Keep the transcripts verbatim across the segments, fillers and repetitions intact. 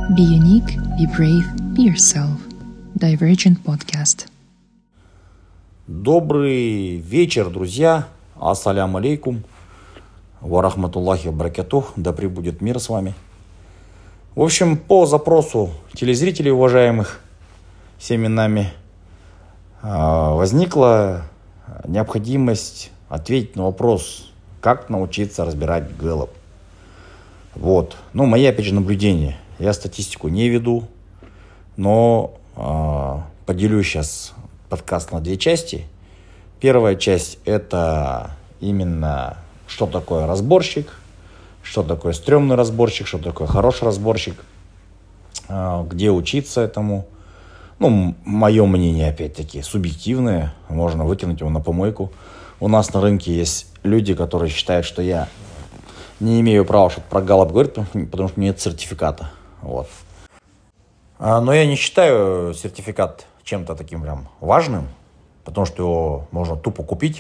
Be unique, be brave, be yourself. Divergent Podcast. Добрый вечер, друзья. Ассаляму алейкум. Ва рахматуллахи ва баракатух. Да пребудет мир с вами. В общем, по запросу телезрителей, уважаемых, всеми нами, возникла необходимость ответить на вопрос, как научиться разбирать гэллоп. Вот. Ну, мои, опять же, наблюдения. Я статистику не веду, но э, поделю сейчас подкаст на две части. Первая часть – это именно что такое разборщик, что такое стрёмный разборщик, что такое хороший разборщик, э, где учиться этому. Ну, мое мнение, опять-таки, субъективное, можно выкинуть его на помойку. У нас на рынке есть люди, которые считают, что я не имею права что-то про гэллоп говорить, потому что нет сертификата. Вот. Но я не считаю сертификат чем-то таким прям важным, потому что его можно тупо купить,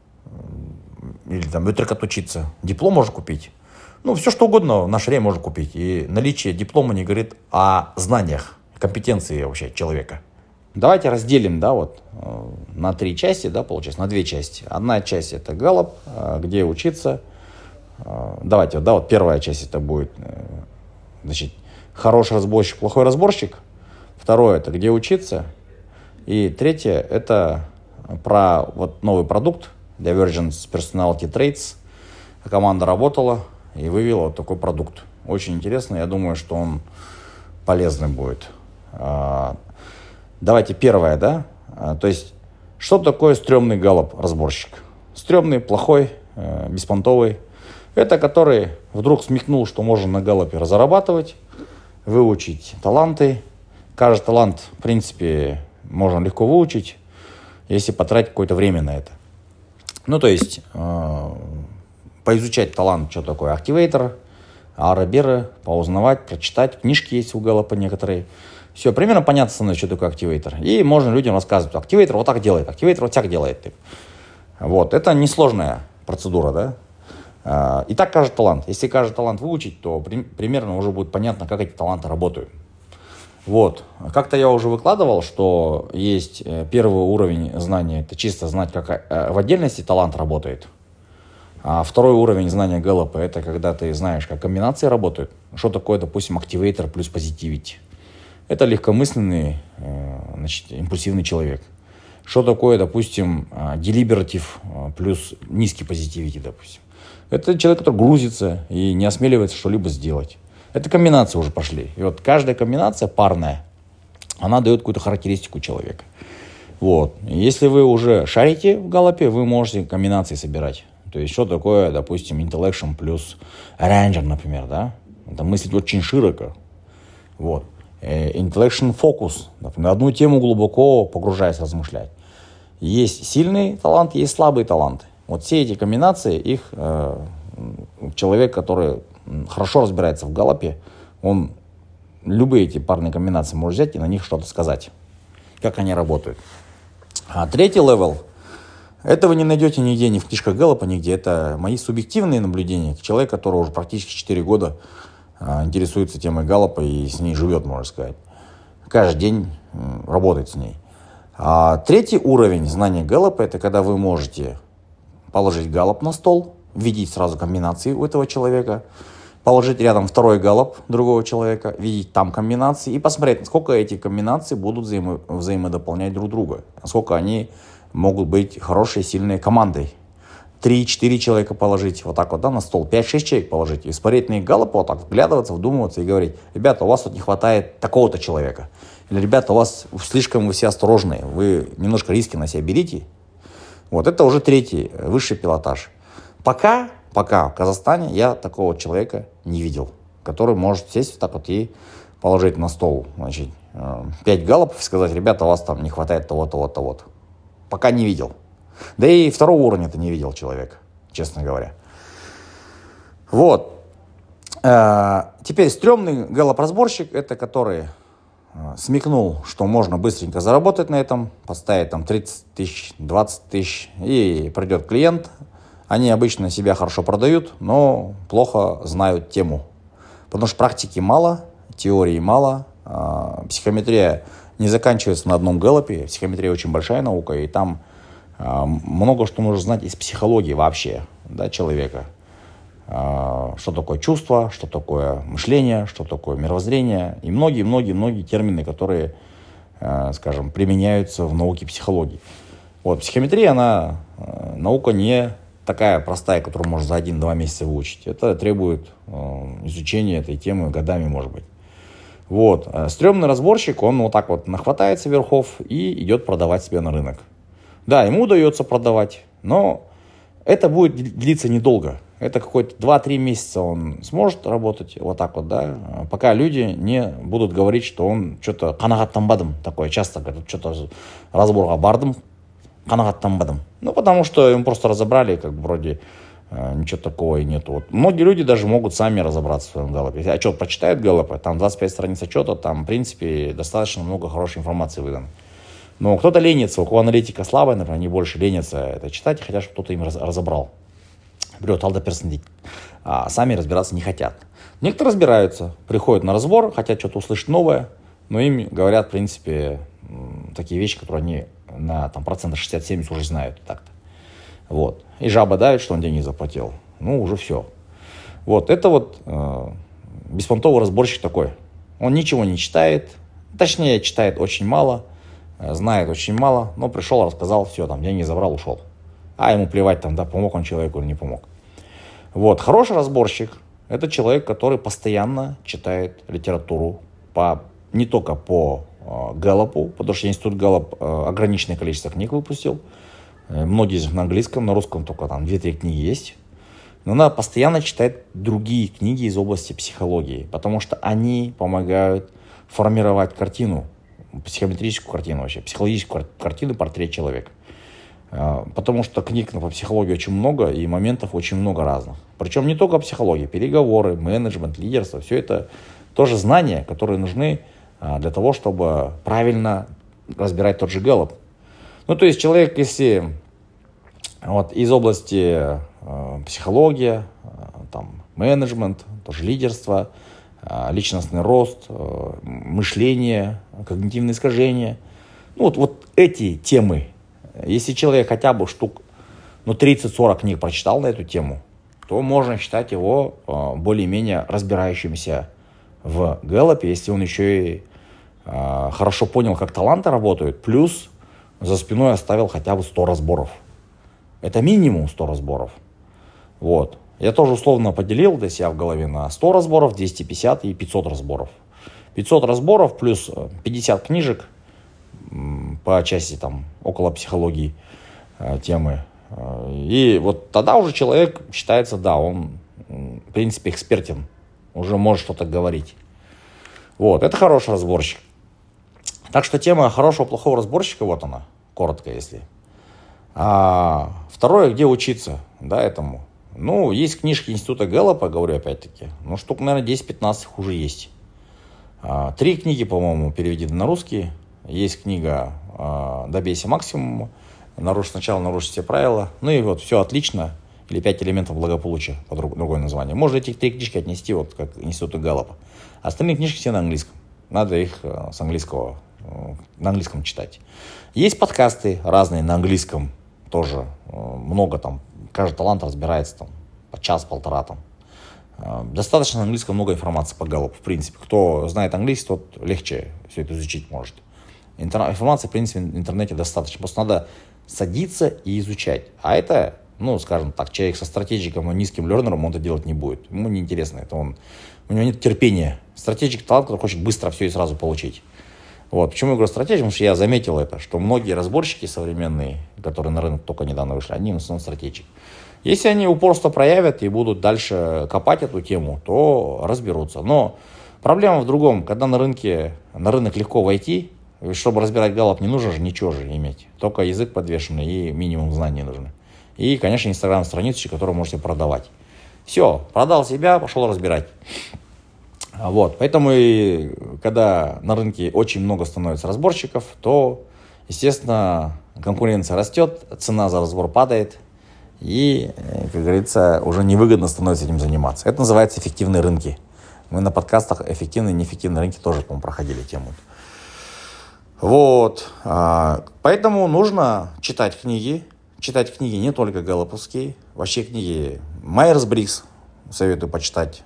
или там метрик отучиться. Диплом можно купить. Ну, все что угодно в наше время можно купить. И наличие диплома не говорит о знаниях, компетенции вообще человека. Давайте разделим, да, вот на три части, да, получается, на две части. Одна часть это гэллоп, где учиться. Давайте, да, вот первая часть это будет, значит, хороший разборщик, плохой разборщик. Второе это где учиться. И третье это про вот новый продукт Divergent Personality Traits. Команда работала и вывела вот такой продукт. Очень интересно, я думаю, что он полезный будет. Давайте первое, да, то есть что такое стрёмный гэллоп разборщик? Стрёмный, плохой, беспонтовый. Это который вдруг смекнул, что можно на гэллопе разрабатывать, выучить таланты. Каждый талант, в принципе, можно легко выучить, если потратить какое-то время на это. Ну, то есть, э, поизучать талант, что такое активейтор, араберы, поузнавать, прочитать. Книжки есть у гэллопа некоторые. Все, примерно понятно становится, что такое активейтор. И можно людям рассказывать, активейтор вот так делает, активейтор вот так делает. Вот, это несложная процедура, да. И так каждый талант. Если каждый талант выучить, то при, примерно уже будет понятно, как эти таланты работают. Вот. Как-то я уже выкладывал, что есть первый уровень знания, это чисто знать, как в отдельности талант работает. А второй уровень знания гэллопа, это когда ты знаешь, как комбинации работают. Что такое, допустим, активейтор плюс позитивити. Это легкомысленный, значит, импульсивный человек. Что такое, допустим, делибератив плюс низкий позитивити, допустим. Это человек, который грузится и не осмеливается что-либо сделать. Это комбинации уже пошли. И вот каждая комбинация парная, она дает какую-то характеристику человека. Вот. Если вы уже шарите в гэллопе, вы можете комбинации собирать. То есть, что такое, допустим, intellection плюс ranger, например, да? Это мыслить очень широко. Вот. Intellection focus. На одну тему глубоко погружаясь, размышлять. Есть сильный талант, есть слабые таланты. Вот все эти комбинации, их э, человек, который хорошо разбирается в гэллопе, он любые эти парные комбинации может взять и на них что-то сказать, как они работают. А третий левел, это вы не найдете нигде, ни в книжках гэллопа, нигде. Это мои субъективные наблюдения. Человек, который уже практически четыре года э, интересуется темой гэллопа и с ней живет, можно сказать. Каждый день э, работает с ней. А третий уровень знания гэллопа, это когда вы можете положить гэллоп на стол, видеть сразу комбинации у этого человека, положить рядом второй гэллоп другого человека, видеть там комбинации и посмотреть, насколько эти комбинации будут взаимо- взаимодополнять друг друга, насколько они могут быть хорошей, сильной командой. Три-четыре человека положить вот так вот, да, на стол, пять-шесть человек положить и смотреть на их гэллопы, вот так вглядываться, вдумываться и говорить: ребята, у вас тут не хватает такого-то человека. Или, ребята, у вас слишком вы все осторожные, вы немножко риски на себя берите. Вот это уже третий, высший пилотаж. Пока, пока в Казахстане я такого человека не видел, который может сесть вот так вот и положить на стол, значит, пять гэллопов и сказать: ребята, у вас там не хватает того-то, того-то, того-то. Пока не видел. Да и второго уровня-то не видел человек, честно говоря. Вот. Теперь стрёмный гэллоп-разборщик, это который смекнул, что можно быстренько заработать на этом, поставить там тридцать тысяч, двадцать тысяч, и придет клиент. Они обычно себя хорошо продают, но плохо знают тему. Потому что практики мало, теории мало. Психометрия не заканчивается на одном гэллопе. Психометрия очень большая наука, и там много что нужно знать из психологии вообще, да, человека. Что такое чувство, что такое мышление, что такое мировоззрение. И многие-многие-многие термины, которые, скажем, применяются в науке психологии. Вот, психометрия, она наука не такая простая, которую можно за один-два месяца выучить. Это требует изучения этой темы годами, может быть. Вот. Стрёмный разборщик, он вот так вот нахватается верхов и идет продавать себя на рынок. Да, ему удается продавать, но это будет длиться недолго. Это какой-то два-три месяца он сможет работать вот так вот, да, пока люди не будут говорить, что он что-то канагаттанбадым, такое часто говорят, что-то разборға бардым, канагаттанбадым. Ну, потому что им просто разобрали, как бы вроде ничего такого и нету. Вот многие люди даже могут сами разобраться в своем гэллопе. Если отчет прочитают гэллопа, там двадцать пять страниц отчета, там, в принципе, достаточно много хорошей информации выдано. Но кто-то ленится, у кого аналитика слабая, например, они больше ленятся это читать и хотят, чтобы кто-то им раз, разобрал. Берет алдаперсон дейді. А сами разбираться не хотят. Некоторые разбираются, приходят на разбор, хотят что-то услышать новое, но им говорят, в принципе, такие вещи, которые они на там, процентов шестьдесят-семьдесят уже знают. Так-то. Вот. И жаба давит, что он деньги заплатил. Ну, уже все. Вот. Это вот э, беспонтовый разборщик такой. Он ничего не читает, точнее, читает очень мало, знает очень мало, но пришел, рассказал, все, там, деньги забрал, ушел. А ему плевать, там, да, помог он человеку или не помог. Вот. Хороший разборщик – это человек, который постоянно читает литературу по, не только по э, гэллопу, потому что Институт Гэллоп э, ограниченное количество книг выпустил. Э, многие из них на английском, на русском только там две-три книги есть. Но она постоянно читает другие книги из области психологии, потому что они помогают формировать картину, психометрическую картину вообще, психологическую картину, портрет человека. Потому что книг по психологии очень много и моментов очень много разных. Причем не только психология, переговоры, менеджмент, лидерство. Все это тоже знания, которые нужны для того, чтобы правильно разбирать тот же гэллоп. Ну, то есть человек, если вот, из области э, психология, э, там, менеджмент, тоже лидерство, э, личностный рост, э, мышление, когнитивные искажения, ну, вот, вот эти темы. Если человек хотя бы штук ну, тридцать-сорок книг прочитал на эту тему, то можно считать его э, более-менее разбирающимся в гэллопе, если он еще и э, хорошо понял, как таланты работают, плюс за спиной оставил хотя бы сто разборов. Это минимум сто разборов. Вот. Я тоже условно поделил для себя в голове на сто разборов, двести пятьдесят и пятьсот разборов. пятьсот разборов плюс пятьдесят книжек по части там около психологии э, темы. И вот тогда уже человек считается, да, он в принципе экспертен, уже может что-то говорить. Вот, это хороший разборщик. Так что тема хорошего, плохого разборщика, вот она, коротко если. А второе, где учиться, да, этому. Ну, есть книжки Института Гэллопа, говорю опять-таки, ну, штук, наверное, десять-пятнадцать уже есть. А, три книги, по-моему, переведены на русский. Есть книга а, «Добейся максимума», нарушь сначала, нарушь все правила. Ну и вот все отлично. Или «Пять элементов благополучия», по друг, другое название. Можно эти три книжки отнести вот как Институту Гэллопа. Остальные книжки все на английском. Надо их с английского, на английском читать. Есть подкасты разные на английском тоже. Много там. Каждый талант разбирается там по час-полтора там. Достаточно на английском много информации по Гэллопу. В принципе, кто знает английский, тот легче все это изучить может. Информации, в принципе, в интернете достаточно. Просто надо садиться и изучать. А это, ну, скажем так, человек со стратегиком и низким лернером, он это делать не будет. Ему неинтересно. Это он, у него нет терпения. Стратегик талант, который хочет быстро все и сразу получить. Вот. Почему я говорю стратегик? Потому что я заметил это, что многие разборщики современные, которые на рынок только недавно вышли, они в основном стратегик. Если они упорство проявят и будут дальше копать эту тему, то разберутся. Но проблема в другом. Когда на рынке, на рынок легко войти, чтобы разбирать гэллоп, не нужно же ничего же иметь. Только язык подвешенный и минимум знаний нужны. И, конечно, инстаграм-странички, которые можете продавать. Все, продал себя, пошел разбирать. Вот. Поэтому и когда на рынке очень много становится разборщиков, то, естественно, конкуренция растет, цена за разбор падает. И, как говорится, уже невыгодно становится этим заниматься. Это называется эффективные рынки. Мы на подкастах эффективные и неэффективные рынки тоже, по-моему, проходили тему. Вот. Поэтому нужно читать книги. Читать книги не только гэллоповские. Вообще книги Майерс-Бриггс советую почитать.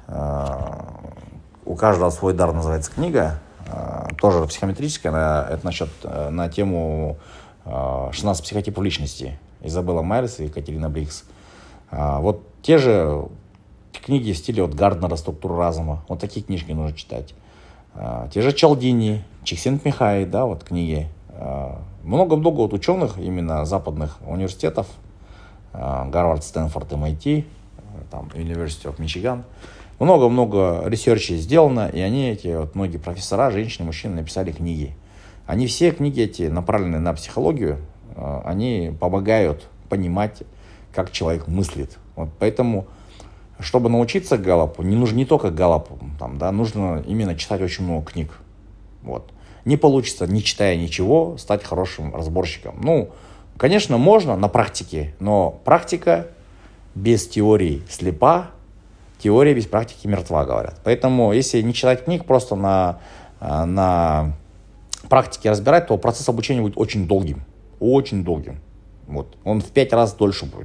У каждого свой дар называется книга. Тоже психометрическая. Это насчет, на тему шестнадцать психотипов личности. Изабелла Майерс и Екатерина Бриггс. Вот те же книги в стиле вот Гарднера «Структура разума». Вот такие книжки нужно читать. Те же Чалдини, Чиксент-Михай, да, вот книги. Много-много вот ученых именно западных университетов, Гарвард, Стэнфорд, эм ай ти, там, University of Michigan. Много-много ресерчей сделано, и они, эти вот многие профессора, женщины, мужчины, написали книги. Они все книги эти направлены на психологию, они помогают понимать, как человек мыслит. Вот поэтому, чтобы научиться Галлопу, не нужно не только Галлопу, там, да, нужно именно читать очень много книг. Вот. Не получится, не читая ничего, стать хорошим разборщиком. Ну, конечно, можно на практике, но практика без теории слепа, теория без практики мертва, говорят. Поэтому, если не читать книг, просто на, на практике разбирать, то процесс обучения будет очень долгим. Очень долгим. Вот. Он в пять раз дольше будет.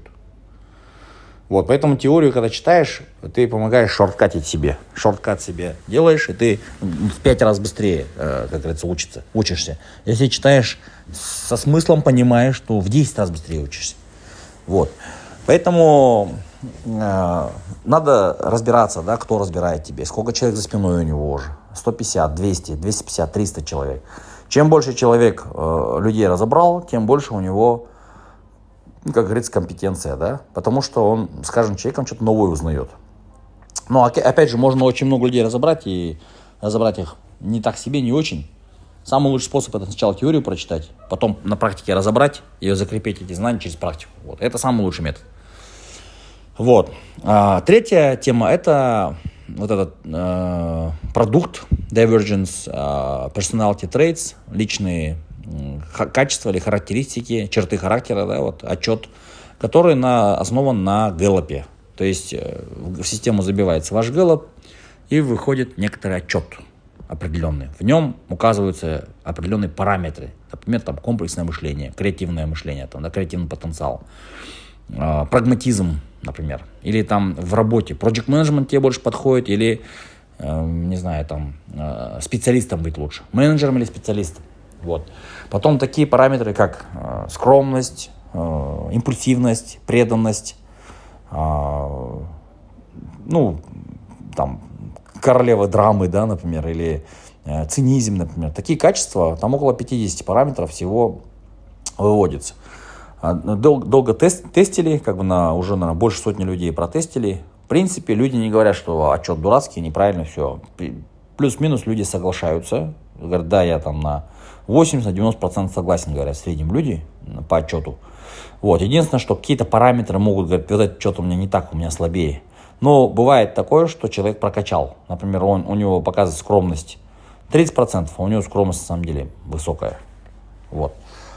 Вот, поэтому теорию, когда читаешь, ты помогаешь шорткатить себе. Шорткат себе делаешь, и ты в пять раз быстрее, как говорится, учиться, учишься. Если читаешь со смыслом, понимаешь, то в десять раз быстрее учишься. Вот. Поэтому э, надо разбираться, да, кто разбирает тебе, сколько человек за спиной у него уже. сто пятьдесят, двести, двести пятьдесят, триста человек. Чем больше человек э, людей разобрал, тем больше у него, как говорится, компетенция, да, потому что он с каждым человеком что-то новое узнает. Но, опять же, можно очень много людей разобрать, и разобрать их не так себе, не очень. Самый лучший способ — это сначала теорию прочитать, потом на практике разобрать, ее закрепить, эти знания через практику. Вот. Это самый лучший метод. Вот. А, третья тема — это вот этот э, продукт Divergence, э, Personality Traits, личные качества или характеристики, черты характера, да, вот, отчет, который на, основан на Гэллопе. То есть в систему забивается ваш Гэллоп, и выходит некоторый отчет определенный. В нем указываются определенные параметры. Например, там, комплексное мышление, креативное мышление, там, да, креативный потенциал, э, прагматизм, например. Или там в работе project management тебе больше подходит, или, э, не знаю, там, э, специалистом быть лучше. Менеджером или специалистом. Вот. Потом такие параметры, как э, скромность, э, импульсивность, преданность, э, ну, там, королева драмы, да, например, или э, цинизм, например. Такие качества, там около пятьдесят параметров всего выводится. Дол- долго тест- тестили, как бы на, уже, наверное, больше сотни людей протестили. В принципе, люди не говорят, что отчет дурацкий, неправильно все. Плюс-минус люди соглашаются. Говорят, да, я там на восемьдесят-девяносто процентов согласен, говорят, в среднем люди по отчету. Вот. Единственное, что какие-то параметры могут говорить, вот этот отчет у меня не так, у меня слабее. Но бывает такое, что человек прокачал. Например, он, у него показывает скромность тридцать процентов, а у него скромность на самом деле высокая. Вот.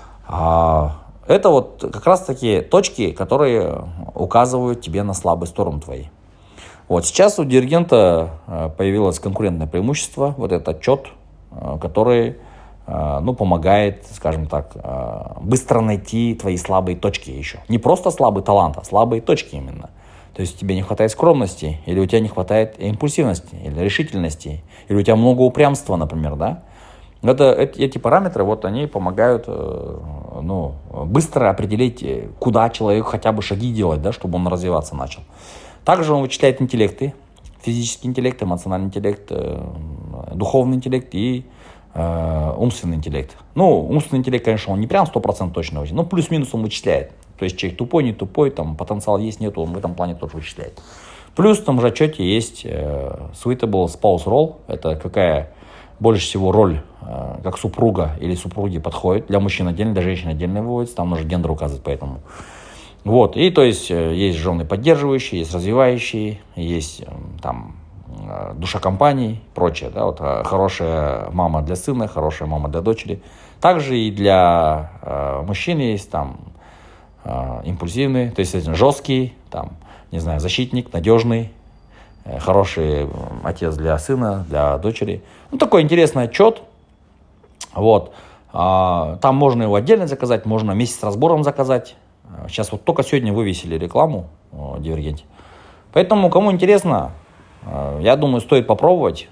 А это вот как раз такие точки, которые указывают тебе на слабые стороны твои. Вот. Сейчас у диригента появилось конкурентное преимущество, вот этот отчет, который, ну, помогает, скажем так, быстро найти твои слабые точки еще. Не просто слабый талант, а слабые точки именно. То есть тебе не хватает скромности, или у тебя не хватает импульсивности, или решительности, или у тебя много упрямства, например, да? Это, эти параметры, вот они помогают, ну, быстро определить, куда человек хотя бы шаги делать, да, чтобы он развиваться начал. Также он вычисляет интеллекты, физический интеллект, эмоциональный интеллект, духовный интеллект и э, умственный интеллект. Ну, умственный интеллект, конечно, он не прям сто процентов точно, но плюс-минус он вычисляет. То есть человек тупой, не тупой, там потенциал есть, нету, он в этом плане тоже вычисляет. Плюс в том же отчете есть э, suitable spouse role, это какая больше всего роль, э, как супруга или супруги подходит. Для мужчин отдельно, для женщин отдельно выводится, там нужно гендер указывать поэтому. Вот, и то есть э, есть жены поддерживающие, есть развивающие, есть э, там э, душа компании и прочее. Да, вот, э, хорошая мама для сына, хорошая мама для дочери. Также и для э, мужчин есть там импульсивный, то есть жесткий, там, не знаю, защитник, надежный, хороший отец для сына, для дочери. Ну, такой интересный отчет. Вот. Там можно его отдельно заказать, можно вместе с разбором заказать. Сейчас вот только сегодня вывесили рекламу о Дивергенте. Поэтому, кому интересно, я думаю, стоит попробовать.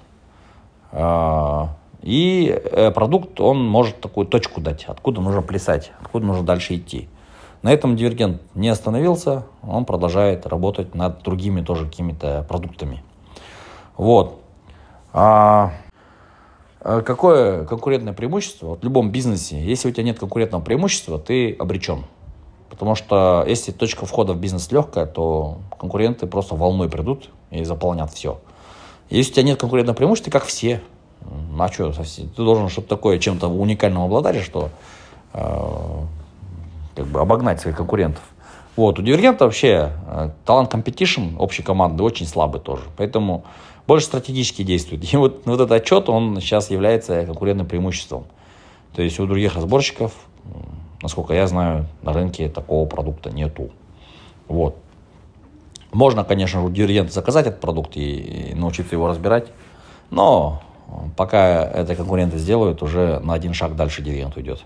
И продукт, он может такую точку дать, откуда нужно плясать, откуда нужно дальше идти. На этом Дивергент не остановился, он продолжает работать над другими тоже какими-то продуктами. Вот. А какое конкурентное преимущество? Вот в любом бизнесе, если у тебя нет конкурентного преимущества, ты обречен. Потому что если точка входа в бизнес легкая, то конкуренты просто волной придут и заполнят все. Если у тебя нет конкурентного преимущества, ты как все. А что, ты должен что-то такое чем-то уникальным обладать, что э, как бы обогнать своих конкурентов. Вот, у Дивергента вообще э, талант компетишн общей команды очень слабый тоже. Поэтому больше стратегически действует. И вот, вот этот отчет, он сейчас является конкурентным преимуществом. То есть у других разборщиков, насколько я знаю, на рынке такого продукта нету. Вот. Можно, конечно, у Дивергента заказать этот продукт и, и научиться его разбирать, но пока это конкуренты сделают, уже на один шаг дальше Дивергент уйдет.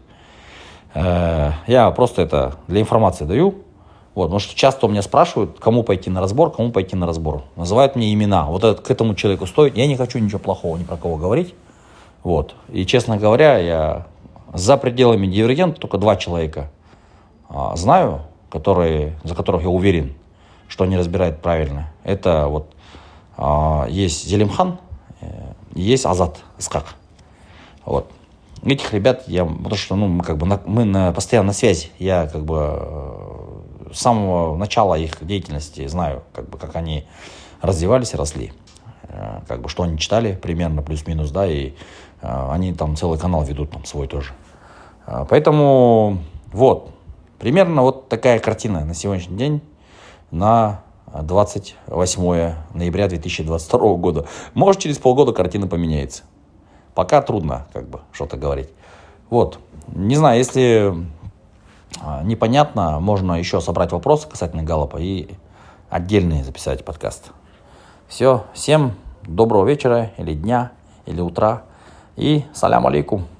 Я просто это для информации даю. Вот, потому что часто у меня спрашивают, кому пойти на разбор, кому пойти на разбор. Называют мне имена. Вот это, к этому человеку стоит. Я не хочу ничего плохого ни про кого говорить. Вот. И, честно говоря, я за пределами Дивергента только два человека а, знаю, которые, за которых я уверен, что они разбирают правильно. Это вот а, есть Зелимхан, есть Азат Искак. Вот. Этих ребят я, потому что ну, мы как бы на, мы на, постоянно на связи. Я как бы с самого начала их деятельности знаю, как бы как они развивались и росли, как бы что они читали примерно плюс-минус, да, и они там целый канал ведут там свой тоже. Поэтому вот примерно вот такая картина на сегодняшний день на двадцать восьмое ноября две тысячи двадцать второго года. Может, через полгода картина поменяется. Пока трудно, как бы, что-то говорить. Вот. Не знаю, если непонятно, можно еще собрать вопросы касательно Галлопа и отдельный записать подкаст. Все. Всем доброго вечера, или дня, или утра. И салям алейкум.